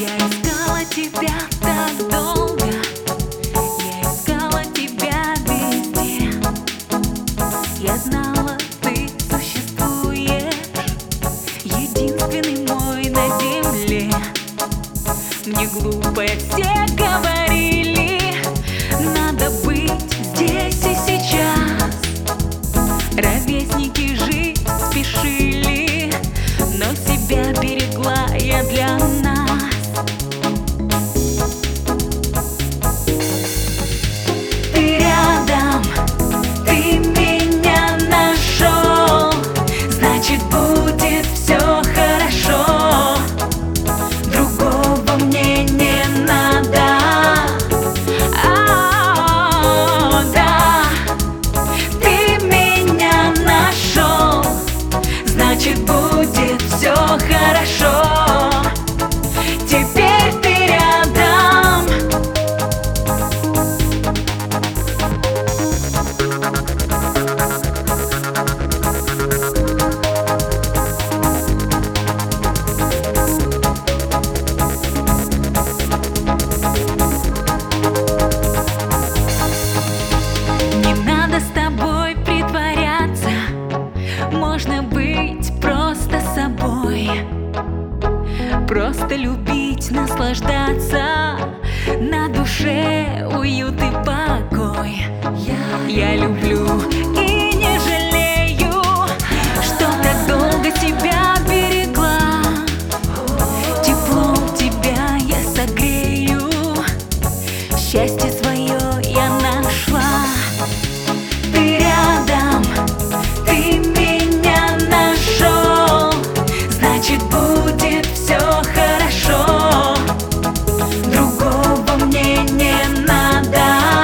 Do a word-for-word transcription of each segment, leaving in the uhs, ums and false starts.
Я искала тебя так долго, я искала тебя везде. Я знала, ты существуешь, единственный мой на земле. Мне глупые все говорили, надо быть здесь и сейчас. Ровесники жить спешили, но себя берегла я для нас. Ты рядом, ты меня нашел, значит будет все хорошо. Другого мне не надо. А-а-а, да, ты меня нашел, значит будет все хорошо. Теперь ты рядом. Не надо с тобой притворяться, можно быть просто собой. Просто любить, наслаждаться, на душе уют и покой. Я люблю и не жалею, что так долго тебя берегла. Теплом тебя я согрею, счастье свое я нашла. Ты рядом, ты меня нашел, значит будет все хорошо. Другого мне не надо.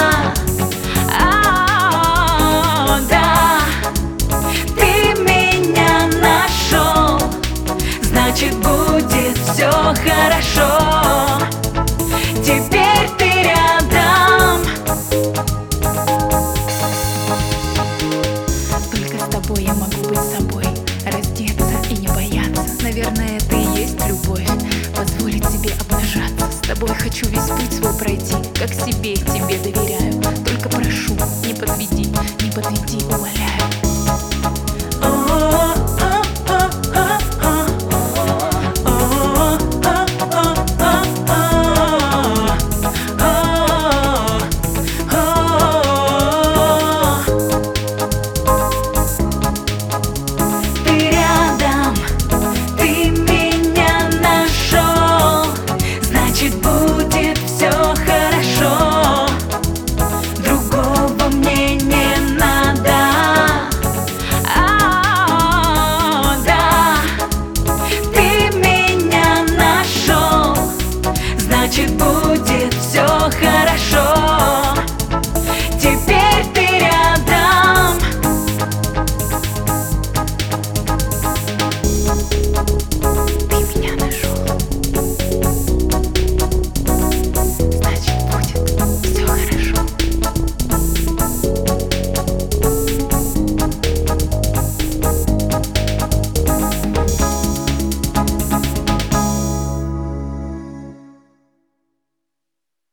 А-а-а, да, ты меня нашел, значит будет все хорошо. Теперь ты рядом. Только с тобой я могу быть собой, раздеться и не бояться. Наверное, это и есть любовь, позволить себе обнажаться. С тобой хочу весь путь свой пройти, как себе тебе доверяю.